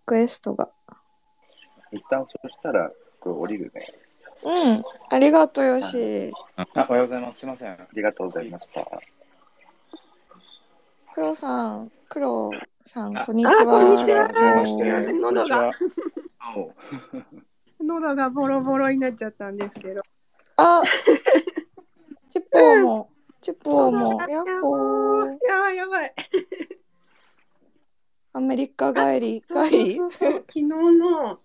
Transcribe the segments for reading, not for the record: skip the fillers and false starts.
クエストが。 一旦そしたらこれ降りるね。 うん、ありがとうよし。 おはようございます。すいません。ありがとうございました。 黒さん、こんにちは。 こんにちは。喉がボロボロになっちゃったんですけど。 あ、チップオも、やっほー。 やばい。 アメリカ帰り。 昨日の、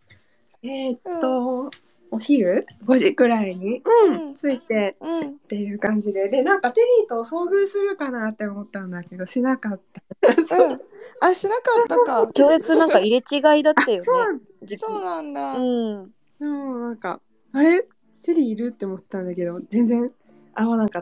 お昼5時くらいに、着いて、っていう感じで、なんかテリーと遭遇するかなって思ったんだけど、しなかった。 あ、しなかったか。 強烈なんか入れ違いだったよね。 そうなんだ。 なんか、あれテリーいるって思ったんだけど、全然会わなかった。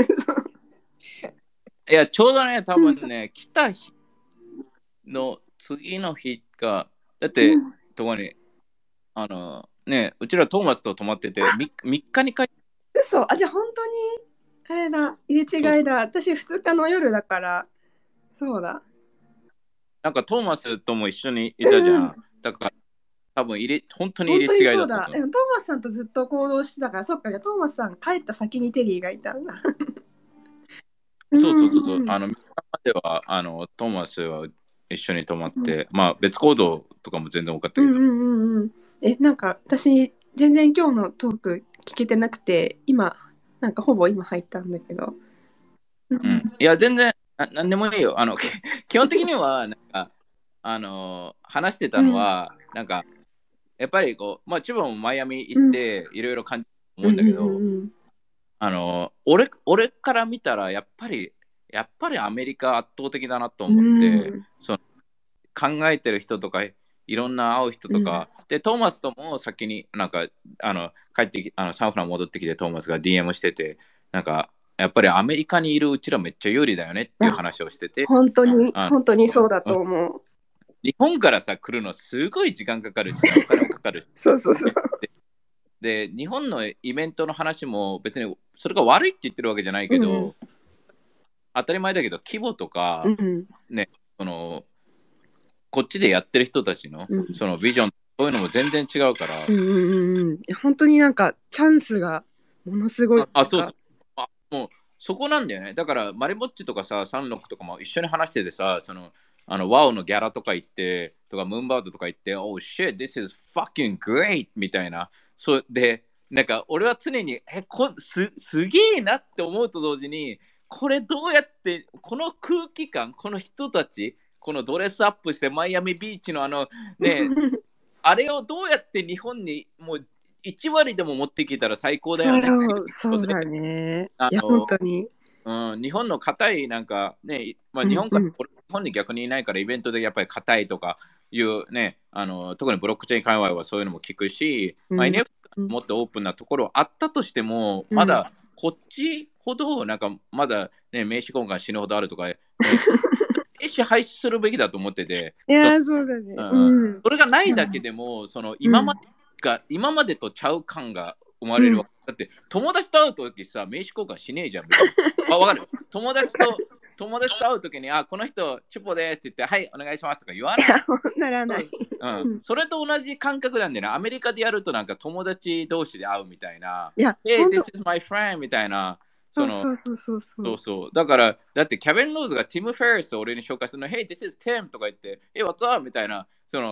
いや、ちょうどね、多分ね、来た日の次の日か、だって、とこに、うちらトーマスと泊まってて、3日に帰って。 嘘。じゃあ本当に、あれだ、入れ違いだ。私2日の夜だから、そうだ。 なんかトーマスとも一緒にいたじゃん。だから、多分本当に入れ違いだったと思う。 トーマスさんとずっと行動してたから、そっか、じゃあトーマスさん帰った先にテリーがいたんだ。 そう。3日までは、トーマスは一緒に泊まって、まあ別行動とかも全然多かったけど。 なんか私、全然今日のトーク聞けてなくて、なんかほぼ今入ったんだけど。 いや、全然、なんでもいいよ。基本的には、なんか、話してたのは、なんか、やっぱりこう、まあ、千葉もマイアミ行って、いろいろ感じると思うんだけど、俺から見たら、やっぱりアメリカ圧倒的だなと思って、その考えてる人とか、いろんな会う人とか、で、トーマスとも先になんか、帰ってきサンフラン戻ってきて、トーマスが DM してて、なんか、やっぱりアメリカにいるうちらめっちゃ有利だよねっていう話をしてて。 本当にそうだと思う。 日本からさ、来るのすごい時間かかるし、お金もかかるし。 そう。 で、日本のイベントの話も別にそれが悪いって言ってるわけじゃないけど、当たり前だけど、規模とか、ね、こっちでやってる人たちの、そのビジョン、そういうのも全然違うから。 本当になんかチャンスがものすごい。 そう。もうそこなんだよね。だからマリモッチとかさ、サンロックとかも一緒に話しててさ、ワオのギャラとか行ってとかムーンバードとか行って、Oh shit, this is fucking great みたいな。そうで、なんか俺は常にすげえなって思うと同時に、これどうやってこの空気感、この人たち、このドレスアップしてマイアミビーチのねあれをどうやって日本にもう1割でも持ってきたら最高だよね。 そうだね。いや本当に。 日本の硬いなんかね、まあ、日本に逆にいないからイベントでやっぱり硬いとかいうね、特にブロックチェーン界隈はそういうのも聞くし、NFT もっとオープンなところあったとしても、まだこっちほどなんかまだね、名刺交換死ぬほどあるとか、名刺廃止するべきだと思ってて。 いやそうだね。 それがないだけでも、今までとちゃう感が生まれるわけ。だって友達と会うときさ、名刺交換しねえじゃん。わかる。友達と会うときに、この人チュポですって言って、はい、お願いしますとか言わない。 ならない。 それと同じ感覚なんだよね。アメリカでやるとなんか友達同士で会うみたいな。 いや、 Hey, this is my friend みたいな。 そう。 だからってキャビン・ローズがティム・フェリスを俺に紹介するの、Hey, this is Tim とか言って、Hey, what's up? みたいな。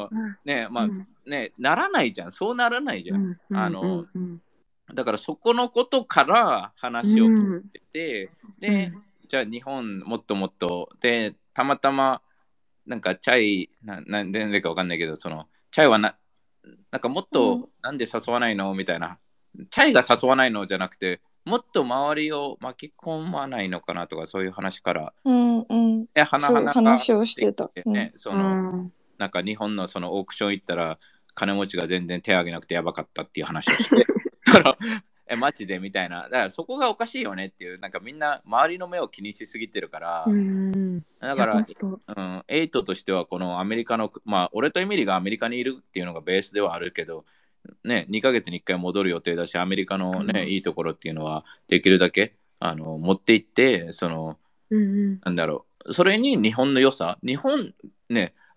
ならないじゃん。そうならないじゃん。だからそこのことから話を聞いてて、で、じゃあ日本もっともっと、で、たまたま、なんかチャイ、なんでかわかんないけど、チャイはなんかもっとなんで誘わないのみたいな。チャイが誘わないのじゃなくて、もっと周りを巻き込まないのかなとか、そういう話から、 話をしてた。 なんか日本のそのオークション行ったら、金持ちが全然手挙げなくてやばかったっていう話をして、マジでみたいな。だからそこがおかしいよねっていう、なんかみんな周りの目を気にしすぎてるから、だから、エイトとしてはこのアメリカの、まあ俺とエミリがアメリカにいるっていうのがベースではあるけど、ね、2ヶ月に1回戻る予定だし、アメリカのね、いいところっていうのはできるだけ持っていって、なんだろう、それに日本の良さ、日本ね、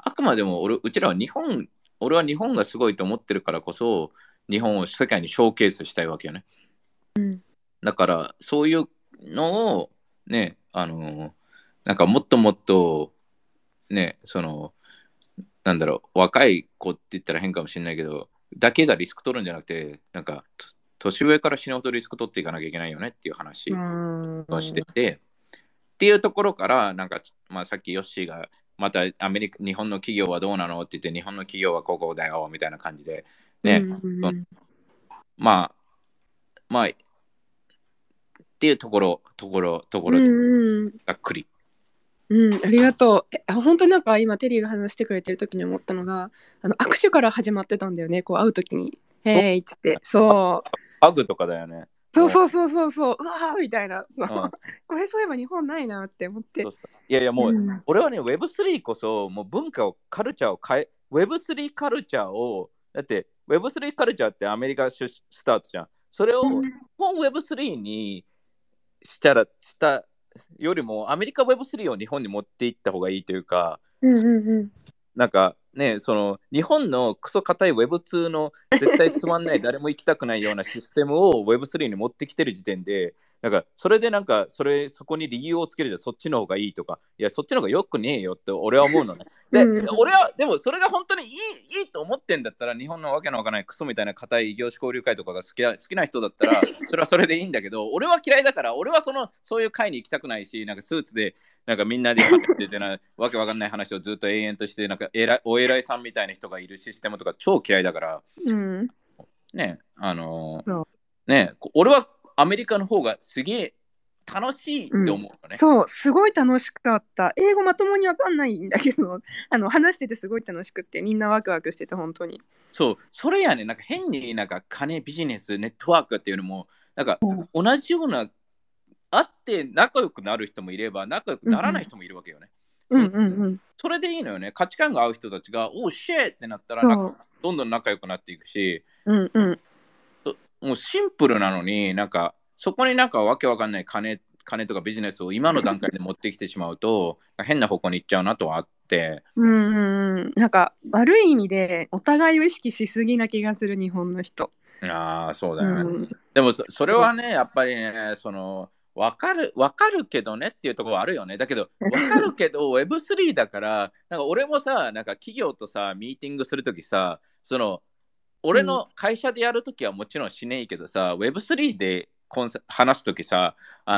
あくまでもうちらは俺は日本がすごいと思ってるからこそ、日本を世界にショーケースしたいわけよね。だから、そういうのを、ね、なんかもっともっと、ね、なんだろう、若い子って言ったら変かもしれないけど、だけがリスク取るんじゃなくて、なんか、年上から死ぬほどリスク取っていかなきゃいけないよねっていう話をしてて、っていうところから、なんか、まあ、さっきヨッシーが、また日本の企業はどうなのって言って、日本の企業はここだよみたいな感じで、ね、まあ、っていうところ、ざっくり。 ありがとう。本当になんか今テリーが話してくれてる時に思ったのが、握手から始まってたんだよね。こう会う時に「へい」って。そう。 ハグとかだよね。 そう。うわーみたいな。これそういえば日本ないなって思って。 いやもう、俺はね Web3 こそもう文化をカルチャーを変え Web3 カルチャーをだって Web3 カルチャーってアメリカスタートじゃん。それを日本 Web3 にしたよりもアメリカ Web3 を日本に持っていった方がいいというか、なんかね、日本のクソ硬い Web2 の絶対つまんない誰も行きたくないようなシステムを Web3 に持ってきてる時点で、なんかそれでなんかそこに理由をつけるじゃん、そっちの方がいいとか、いやそっちの方がよくねえよって俺は思うのね。で、俺はでもそれが本当にいいと思ってんだったら、日本のわけのわからないクソみたいな硬い異業種交流会とかが好きな人だったらそれはそれでいいんだけど、俺は嫌いだから、俺はそういう会に行きたくないし、なんかスーツでなんかみんなで話しててわけわかんない話をずっと永遠として、なんかお偉いさんみたいな人がいるシステムとか超嫌いだから、ね、ね、俺はアメリカの方がすげえ楽しいって思うのね。 そう、すごい楽しかった。英語まともにわかんないんだけど、話しててすごい楽しくて、みんなワクワクしてて本当に。 そう、それやね、なんか変になんか金、ビジネス、ネットワークっていうのも、なんか同じような会って仲良くなる人もいれば仲良くならない人もいるわけよね。それでいいのよね。価値観が合う人たちがおーシェーってなったらなんかどんどん仲良くなっていくし、もうシンプルなのになんかそこになんかわけわかんない金とかビジネスを今の段階で持ってきてしまうと変な方向に行っちゃうなとはあって、 なんか悪い意味でお互いを意識しすぎな気がする日本の人。 ああそうだよね。でもそれはねやっぱりね分かるけどねっていうところはあるよね。だけど分かるけどWeb3 だからなんか俺もさなんか企業とさミーティングするときさ俺の会社でやるときはもちろんしねえけどさ、Web3 で話すときさ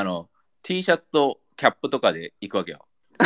T シャツとキャップとかで行くわけよ。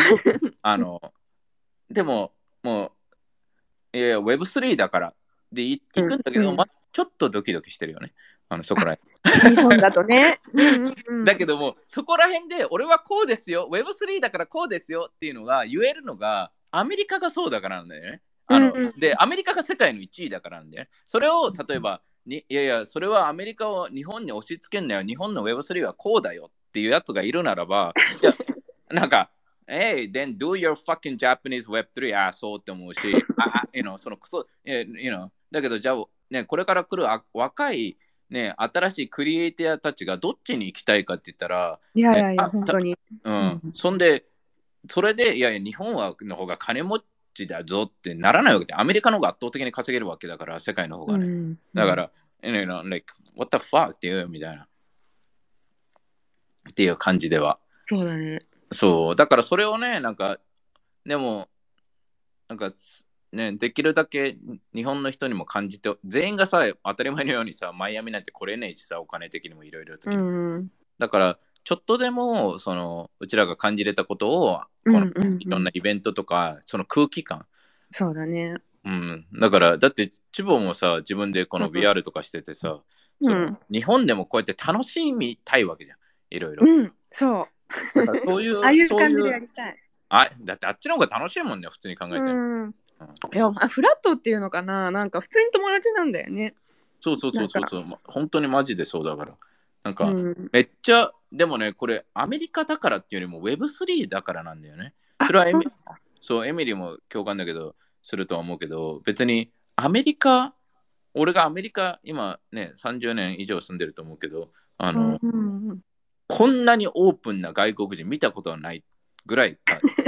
でももういや Web3 だからで行くんだけど、ちょっとドキドキしてるよね。そこら日本だとね。 だけどもそこら辺で俺はこうですよ Web3 だからこうですよっていうのが言えるのがアメリカがそうだからなんだよね。でアメリカが世界の1位だからなんだよね。それを例えばいやそれはアメリカを日本に押し付けんなよ、日本の Web3 はこうだよっていうやつがいるならばいやなんかHey, then do your fucking Japanese Web3 asshole って思うしそのクソだけどじゃあねこれから来る若いね、新しいクリエイターたちがどっちに行きたいかって言ったら、 いや本当に。 それで、いや日本の方が金持ちだぞってならないわけで、アメリカの方が圧倒的に稼げるわけだから、世界の方がね。だから、like, what the fuck っていうみたいな。っていう感じでは。 そうだね。 そう、だからそれをね、なんか、でも、なんか、ね、できるだけ日本の人にも感じて、全員がさ当たり前のようにさマイアミなんて来れねえしさ、お金的にもいろいろと、だからちょっとでもうちらが感じれたことをいろんなイベントとかその空気感、 そうだね、 だからだってチボもさ自分でこの VR とかしててさ、日本でもこうやって楽しみたいわけじゃん、いろいろ、 そうだからそういうああいう感じでやりたい。 だってあっちの方が楽しいもんね、普通に考えて。 いやフラットっていうのかな、なんか普通に友達なんだよね。 そう本当にマジでそうだから、なんか、めっちゃでもねこれアメリカだからっていうよりも Web3 だからなんだよね。それはエミリーも共感だけどするとは思うけど、別に俺がアメリカ今ね30年以上住んでると思うけどこんなにオープンな外国人見たことはないぐらい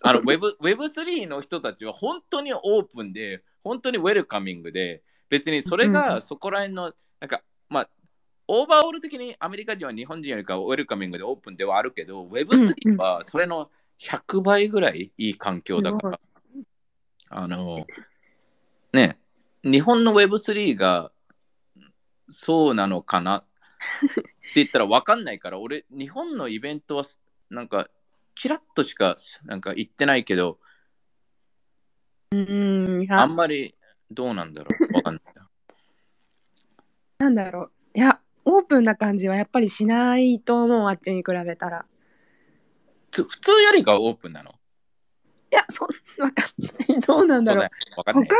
Web3 の人たちは本当にオープンで、本当にウェルカミングで、別にそれがそこら辺の、なんか、まあ、オーバーオール的にアメリカ人は日本人よりかウェルカミングでオープンではあるけど、Web3 はそれの100倍ぐらいいい環境だから、ね、日本の Web3 がそうなのかなって言ったら分かんないから、俺、日本のイベントはなんか、ちらっとしかなんか行ってないけど、あんまりどうなんだろう、分かんない。 なんだろう。いや、オープンな感じはやっぱりしないと思う、あっちに比べたら。 普通よりがオープンなの？ いや、わかんない。どうなんだろう。 他の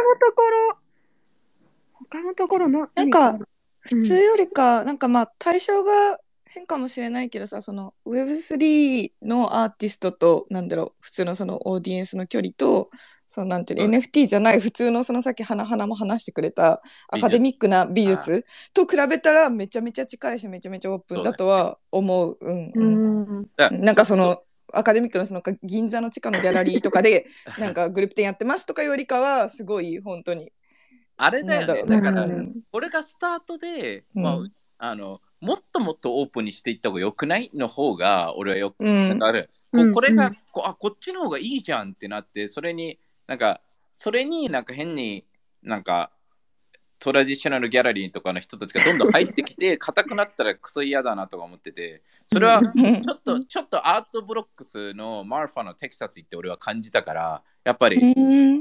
ところの、 なんか、普通よりか、なんかまあ対象が変かもしれないけどさ、その Web3 のアーティストと、なんだろう、普通のそのオーディエンスの距離と、そのなんていうの、NFT じゃない普通のそのさっき花も話してくれたアカデミックな美術と比べたらめちゃめちゃ近いし、めちゃめちゃオープンだとは思う。なんかその、アカデミックなその銀座の地下のギャラリーとかでなんかグループ展やってますとかよりかはすごい本当にあれだよね。だから、これがスタートで、もっともっとオープンにしていった方がよくないの方が、俺はよく、なんかある。これがこっちの方がいいじゃんってなって、それになんか変になんか、トラディショナルギャラリーとかの人たちがどんどん入ってきて、硬くなったらクソ嫌だなとか思ってて、それはちょっとアートブロックスのマーファのテキサス行って俺は感じたから、やっぱり、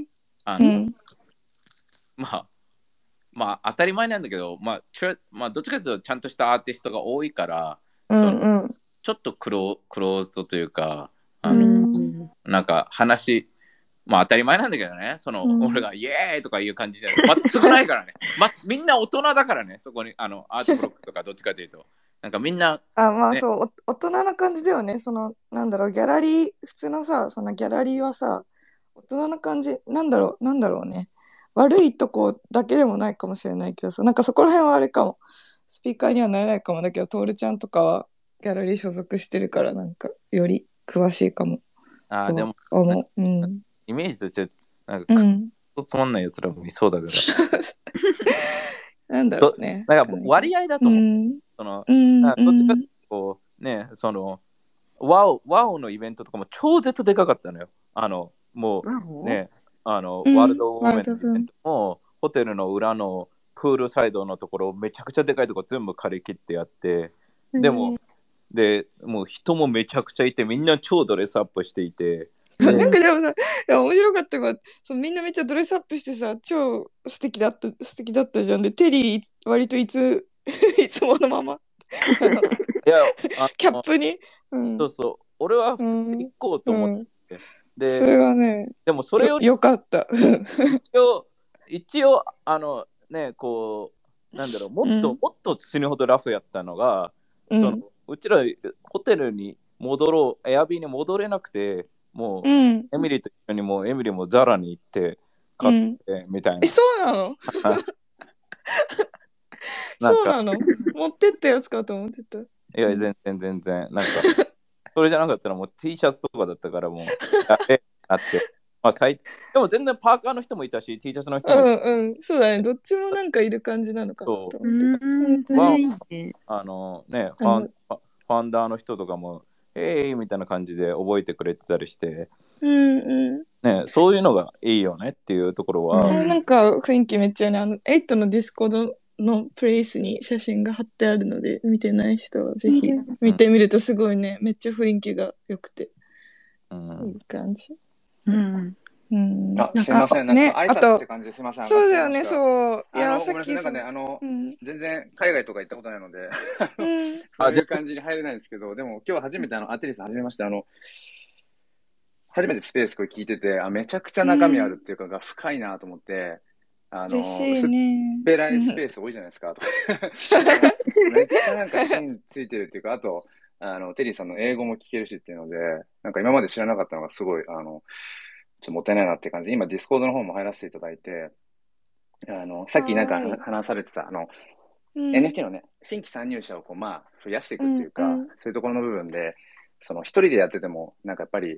まあ当たり前なんだけど、まあどっちかというとちゃんとしたアーティストが多いから、ちょっとクローズドというか、なんか話、まあ当たり前なんだけどね、俺がイエーイとかいう感じじゃ全くないからね。みんな大人だからね、そこにアートブロックとかどっちかというと。なんかみんな、 まあそう、大人な感じだよね。その、なんだろう、ギャラリー、普通のさ、そのギャラリーはさ、大人な感じ、なんだろうね。悪いとこだけでもないかもしれないけどさ、なんかそこら辺はあれかも。スピーカーにはなれないかもだけど、トールちゃんとかはギャラリー所属してるから、なんかより詳しいかも。 でも、イメージとしてなんか、つまんないやつらもいそうだけど。 なんだろうね。 なんか割合だと思う。どっちかこうね、ワオのイベントとかも超絶でかかったのよ。もうね、ワールドウォーメンのイベントも、ホテルの裏のプールサイドのところ、めちゃくちゃでかいところ全部借り切ってやって、もう人もめちゃくちゃいて、みんな超ドレスアップしていて。 なんかでもさ、面白かったのが、みんなめっちゃドレスアップしてさ、超素敵だったじゃん。で、テリー、割といつものまま。 いや、 キャップに。 そうそう、俺は普通に行こうと思って。 それはね、 でもそれよりよかった。 一応、こう、なんだろう、もっと死ぬほどラフやったのが、うちらホテルにエアビーに戻れなくて、もう、エミリーと一緒にエミリーもザラに行って買ってみたいな。 そうなの？そうなの？持ってったやつかと思ってた。 いや、全然。なんか、それじゃなかったらもう T シャツとかだったからもう、なって。まあ、でも全然パーカーの人もいたし、T シャツの人もいたし。 そうだね。どっちもなんかいる感じなのかなと思って。ファンダーの人とかも、みたいな感じで覚えてくれてたりして、そういうのがいいよねっていうところは。 なんか雰囲気めっちゃね、8のディスコードのプレイスに写真が貼ってあるので、見てない人はぜひ見てみるとすごいね、めっちゃ雰囲気が良くて、いい感じ。 すいません、なんか挨拶って感じですいません。 そうだよね、そう。 いや、さっきなんかね、全然海外とか行ったことないので、そういう感じに入れないんですけど、でも今日初めてアテリス初めまして、初めてスペースこれ聞いてて、めちゃくちゃ中身あるっていうかが深いなと思って、 嬉しいね。 薄っぺらいスペース多いじゃないですか。めっちゃなんか芯ついてるっていうか、あと、テリーさんの英語も聞けるしっていうので、なんか今まで知らなかったのがすごい、ちょっともったいないなって感じで、今ディスコードの方も入らせていただいて、さっきなんか話されてた、NFT のね、新規参入者を増やしていくっていうか、そういうところの部分で、一人でやってても、なんかやっぱり、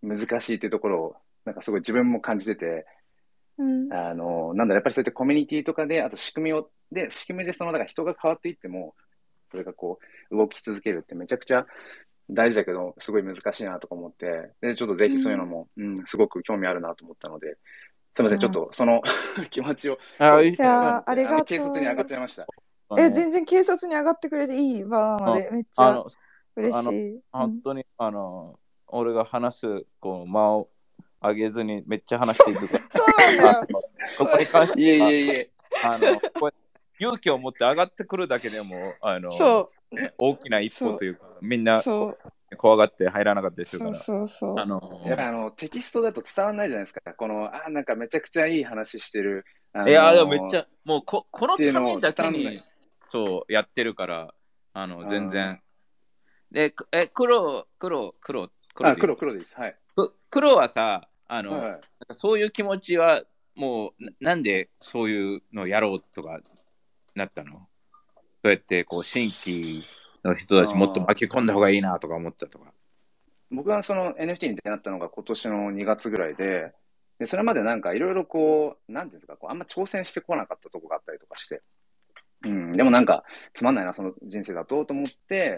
難しいっていうところを、なんかすごい自分も感じてて、 うんなんだろう、やっぱりそうやってコミュニティとかで、あと仕組みでその、だから人が変わっていっても、それがこう、動き続けるってめちゃくちゃ大事だけど、すごい難しいなとか思って、で、ちょっとぜひそういうのも、すごく興味あるなと思ったので、すみません、ちょっとその気持ちを、 あ、 いやーありがとう。 軽率に上がっちゃいました。 全然軽率に上がってくれていいバーまでめっちゃ嬉しい。 本当に、俺が話すこう間を上げずにめっちゃ話していくから。 そうなんだよ。 ここに関していえ。 これ勇気を持って上がってくるだけでも、 そう。 大きな一歩というか、みんなそう怖がって入らなかったりするから。 そう。 やっぱテキストだと伝わらないじゃないですか。この、なんかめちゃくちゃいい話してる。 いや、でもめっちゃ、もうこのっていうのをためだけに、そう、やってるから、全然。で、黒でいいです。はい。 黒はさ、 はいなんかそういう気持ちは、もう、なんでそういうのやろうとかなったの？そうやって、こう、新規の人たちもっと巻き込んだ方がいいなとか思ったとか。 僕はその NFT に出会ったのが今年の2月ぐらいで、それまでなんかいろいろこう、なんていうんですか、こうあんま挑戦してこなかったとこがあったりとかして、でもなんかつまんないな、その人生だと思って、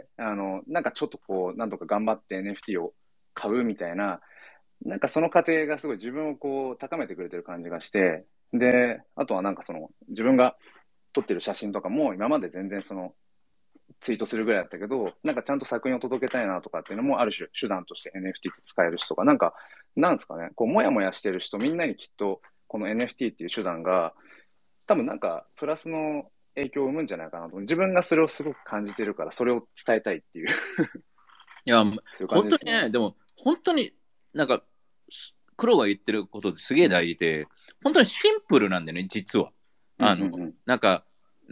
なんかちょっとこう、なんとか頑張って NFT を買うみたいな、なんかその過程がすごい自分をこう高めてくれてる感じがして、で、あとはなんかその自分が撮ってる写真とかも今まで全然そのツイートするぐらいだったけど、なんかちゃんと作品を届けたいなとかっていうのもある種手段として NFT って使える人とか、なんか、なんですかね、こう、もやもやしてる人、みんなにきっとこの NFT っていう手段が、多分なんかプラスの影響を生むんじゃないかなと。自分がそれをすごく感じてるから、それを伝えたいっていう。 いや、 そういう感本じですね。 当にね、でも、本当になんか、黒が言ってることってすげえ大事で、本当にシンプルなんだよね、実は。なんか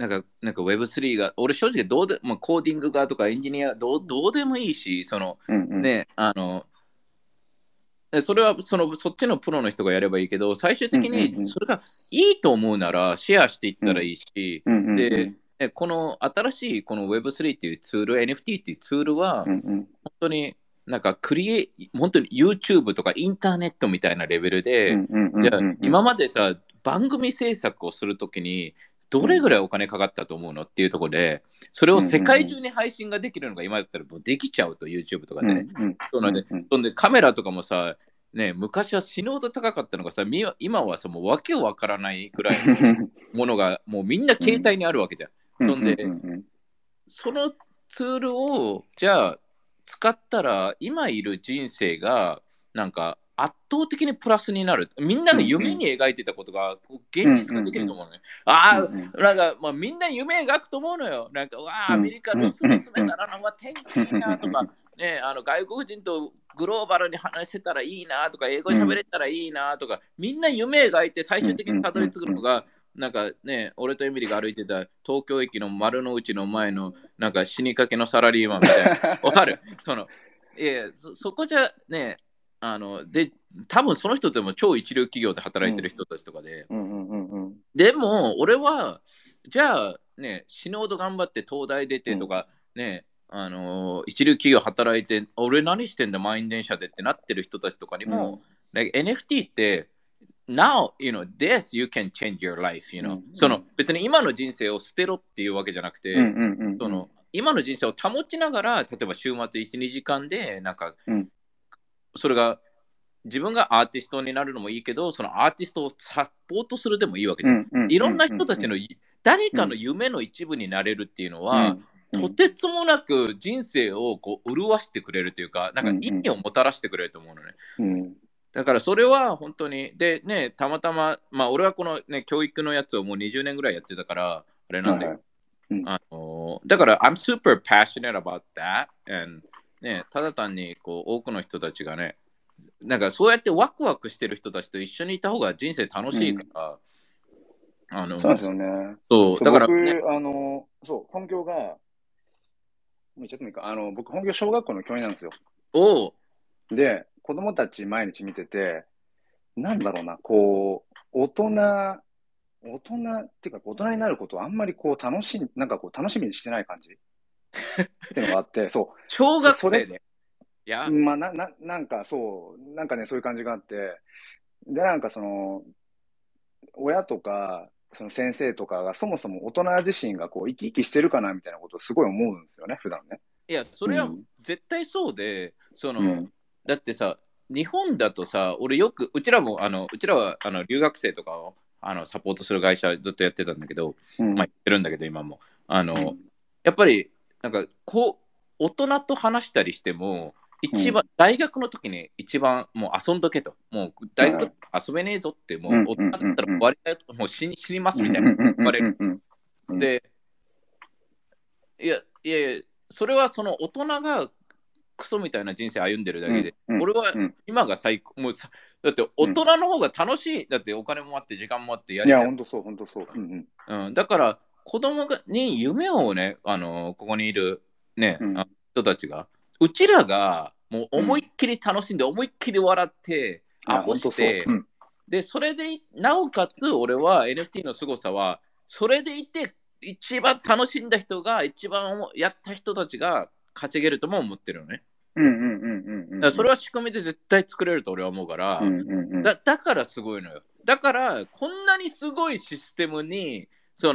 Web3 が、俺正直どうで、まあ、コーディングがとかエンジニアどうでもいいし、その、ね、それはそっちのプロの人がやればいいけど、最終的にそれがいいと思うならシェアしていったらいいし、で、この新しいこの Web3 っていうツール、NFT っていうツールは、本当になんか本当に YouTube とかインターネットみたいなレベルで、じゃあ今までさ、番組制作をするときに、どれぐらいお金かかったと思うのっていうところで、それを世界中に配信ができるのが今だったらもうできちゃうと、YouTube とかでね。そんでカメラとかもさ、ね、昔は死ぬほど高かったのがさ、今はさ、もうわけわからないくらいのものがもうみんな携帯にあるわけじゃん。そんで、そのツールをじゃあ使ったら今いる人生がなんか圧倒的にプラスになる。みんなが夢に描いてたことが現実化できると思うのね。なんか、まあ、みんな夢描くと思うのよ。なんか、アメリカロスに住めたら天気いいなとか、ね、外国人とグローバルに話せたらいいなとか、英語喋れたらいいなとか、みんな夢描いて最終的にたどり着くのが、なんかね、俺とエミリが歩いてた東京駅の丸の内の前のなんか死にかけのサラリーマンみたいな。わかる？そこじゃね、で、多分その人でも超一流企業で働いてる人たちとかで、でも俺はじゃあね、死ぬほど頑張って東大出てとか、ね、一流企業働いて俺何してんだ満員電車でってなってる人たちとかにも、NFT って Now, this you can change your life, その別に今の人生を捨てろっていうわけじゃなくて、その今の人生を保ちながら、例えば週末1、2時間でなんか、それが自分がアーティストになるのもいいけど、そのアーティストをサポートするでもいいわけじゃん。いろんな人たちの誰かの夢の一部になれるっていうのは、とてつもなく人生をこう潤してくれるというか、なんか意味をもたらしてくれると思うのね。だからそれは本当に、でね、たまたま、まあ俺はこのね、教育のやつをもう20年ぐらいやってたから、あれなんだよ。だから、I'm super passionate about that. And ね、ただ単にこう多くの人たちがね、なんかそうやってワクワクしてる人たちと一緒にいた方が人生楽しいから、 そうなんですよね。 そう、だから、ね、 そう、本業が、もう言っちゃってもいいか、僕、本業小学校の教員なんですよ。で、子供たち毎日見てて、なんだろうな、こう、大人っていうか、大人になることをあんまりこう、なんかこう、楽しみにしてない感じっていうのがあって、そう。 小学生で。 いや、 まあ、なんかそう、なんかね、そういう感じがあって、で、なんかその、親とか、その先生とかがそもそも大人自身がこう生き生きしてるかなみたいなことをすごい思うんですよね、普段ね。 いや、それは絶対そうで、 うん。 だってさ、日本だとさ、俺よく、うちらは留学生とかをサポートする会社ずっとやってたんだけど、 うん。 まあ、やってるんだけど、今も。 うんやっぱり、なんか、大人と話したりしても、大学の時に一番もう遊んどけと、もう大学遊べねえぞって、もう大人だったら終わりだよと、もう死にますみたいな言われる。で、いや、それはその大人がクソみたいな人生歩んでるだけで、俺は今が最高、もうだって大人の方が楽しい、だってお金もあって時間もあってやりたい。 いや、ほんとそう、ほんとそう。 だから子供に夢をね、ここにいるね、人たちが、うちらがもう思いっきり楽しんで、思いっきり笑って、アホして、で、それでなおかつ俺は NFT の凄さは、それでいて、一番楽しんだ人が、一番やった人たちが稼げるとも思ってるのね。それは仕組みで絶対作れると俺は思うから、だからすごいのよ。だからこんなにすごいシステムに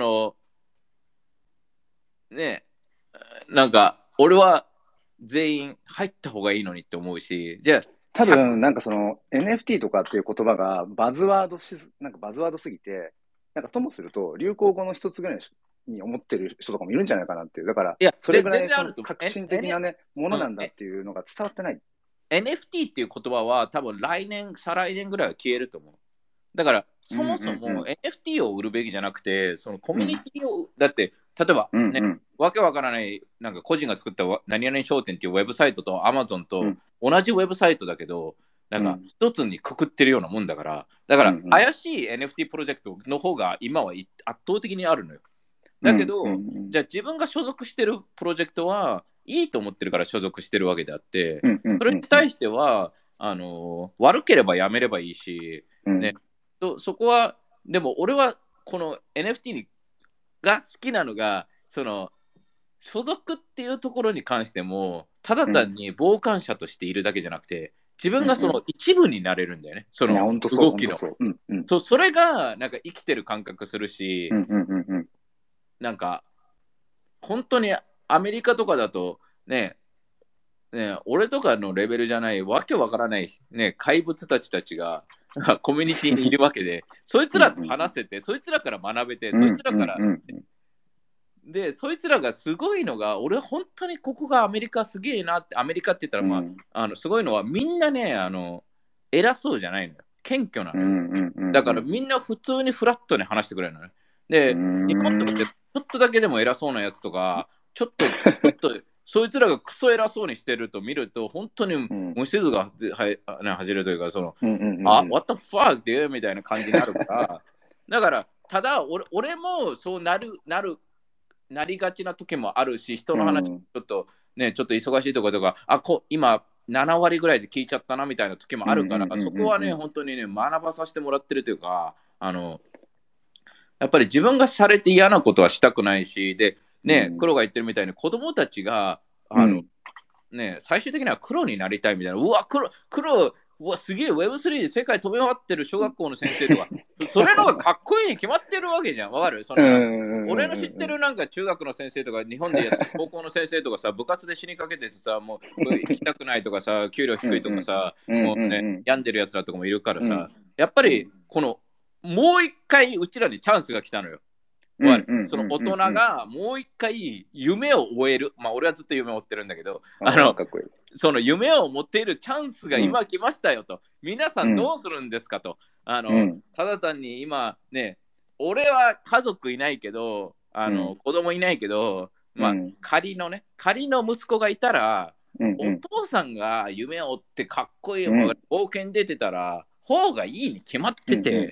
ね、なんか俺は全員入った方がいいのにって思うし、じゃあ多分なんかその NFT とかっていう言葉がなんかバズワードすぎて、なんかともすると流行語の一つぐらいに思ってる人とかもいるんじゃないかなっていう。だからそれぐらいその革新的なねものなんだっていうのが伝わってない。 NFT っていう言葉は多分来年再来年ぐらいは消えると思う。だからそもそも NFT を売るべきじゃなくて、そのコミュニティを、だって例えばね、わけわからないなんか個人が作った何々商店っていうウェブサイトと Amazon と同じウェブサイトだけど、なんか一つにくくってるようなもんだから、怪しい NFT プロジェクトの方が今は圧倒的にあるのよ。だけど、じゃあ自分が所属してるプロジェクトはいいと思ってるから所属してるわけであって、それに対しては悪ければやめればいいし、ね、そこはでも俺はこの NFT が好きなのが、その所属っていうところに関してもただ単に傍観者としているだけじゃなくて、自分がその一部になれるんだよね、その動きの。それがなんか生きてる感覚するし、なんか本当にアメリカとかだとね、俺とかのレベルじゃないわけわからない、ね、怪物たちがコミュニティにいるわけで、そいつらと話せて、そいつらから学べて、そいつらから、で、そいつらがすごいのが、俺本当にここがアメリカすげえなって、アメリカって言ったら、まあ、すごいのはみんなね、偉そうじゃないのよ。謙虚なのよ。だからみんな普通にフラットに話してくれるのね。で、日本とかってちょっとだけでも偉そうなやつとか、ちょっとそいつらがクソ偉そうにしてると見ると、本当に無静が走るというか、what the fuck っていうみたいな感じになるから、だから、ただ俺もそうなりがちな時もあるし、人の話ちょっと忙しいとか今7割ぐらいで聞いちゃったなみたいな時もあるから、そこはね、本当にね、学ばさせてもらってるというか、やっぱり自分がされて嫌なことはしたくないし、で、ね、黒が言ってるみたいに子供たちが、最終的には黒になりたいみたいな、うわ、黒、うわ、すげえ、Web3 で世界飛び回ってる小学校の先生とか、それのがかっこいいに決まってるわけじゃん、わかる？俺の知ってるなんか中学の先生とか、日本でやってる高校の先生とかさ、部活で死にかけててさ、もう行きたくないとかさ、給料低いとかさ、もうね、病んでるやつらとかもいるからさ、やっぱりもう一回うちらにチャンスが来たのよ。その大人がもう一回夢を追える、まあ俺はずっと夢を追ってるんだけど、その夢を持っているチャンスが今来ましたよと、皆さんどうするんですかと、ただ単に今ね、俺は家族いないけど、子供いないけど、まあ仮の息子がいたら、お父さんが夢を追ってかっこいい冒険出てたら方がいいに決まってて、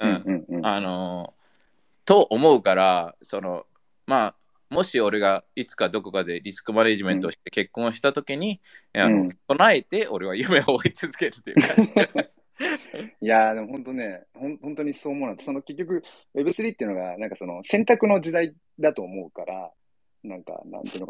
と思うから、まあ、もし俺がいつかどこかでリスクマネジメントをして結婚したときに、備えて俺は夢を追い続けるというか。 いやー、でも本当ね、本当にそう思うの。結局 Web3 っていうのが、なんか選択の時代だと思うから、なんか、なんていうのかな。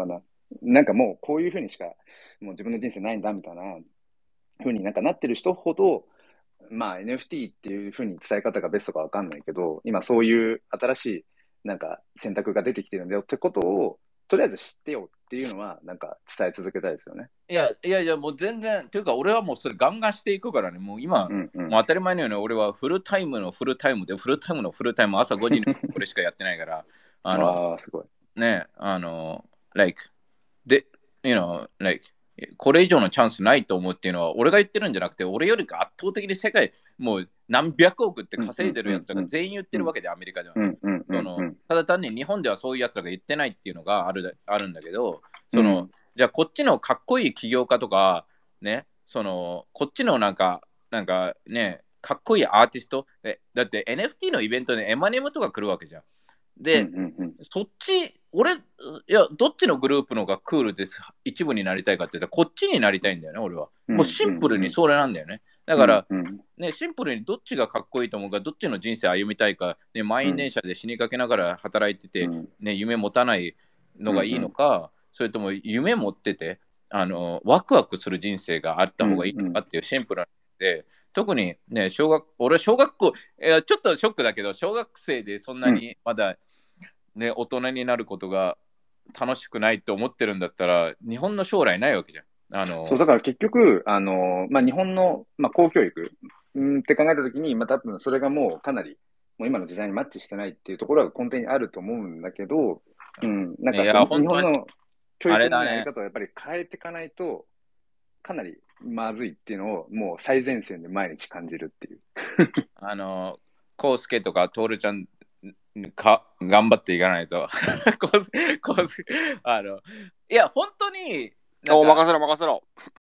なんかもうこういうふうにしかもう自分の人生ないんだみたいなふうになんかなってる人ほど、まあ NFT っていうふうに伝え方がベストかわかんないけど、今そういう新しいなんか選択が出てきてるんだよってことを、とりあえず知ってよっていうのは、なんか伝え続けたいですよね。 いや、もう全然、というか俺はもうそれガンガンしていくからね、もう今、 うんうん。 もう当たり前のように俺はフルタイムのフルタイムで、フルタイムのフルタイム、朝5時にこれしかやってないから、 ああ、すごい。 ね、like, で、like, これ以上のチャンスないと思うっていうのは、俺が言ってるんじゃなくて、俺よりか圧倒的に世界、もう何百億って稼いでるやつらが全員言ってるわけで、アメリカでは。ただ単に日本ではそういうやつらが言ってないっていうのがあるんだけど、じゃあこっちのかっこいい起業家とか、ね、こっちのなんかね、かっこいいアーティスト、だって NFT のイベントでエマネムとか来るわけじゃん。で、そっち、どっちのグループのがクールです、一部になりたいかって言ったら、こっちになりたいんだよね、俺は。もうシンプルにそれなんだよね。だから、ね、シンプルにどっちがかっこいいと思うか、どっちの人生歩みたいか、ね、満員電車で死にかけながら働いてて、ね、夢持たないのがいいのか、それとも夢持ってて、ワクワクする人生があった方がいいのかっていうシンプルなで、特にね、俺小学校、ちょっとショックだけど、小学生でそんなにまだ、ね、大人になることが楽しくないと思ってるんだったら、日本の将来ないわけじゃん。 そう、だから結局、まあ、日本の、まあ、公教育、って考えたときに、まあ、多分それがもうかなり、もう今の時代にマッチしてないっていうところが根底にあると思うんだけど、なんか日本の教育のやり方をやっぱり変えていかないと、かなりまずいっていうのをもう最前線で毎日感じるっていう。 コウスケとかトールちゃん頑張っていかないといや本当に任せろ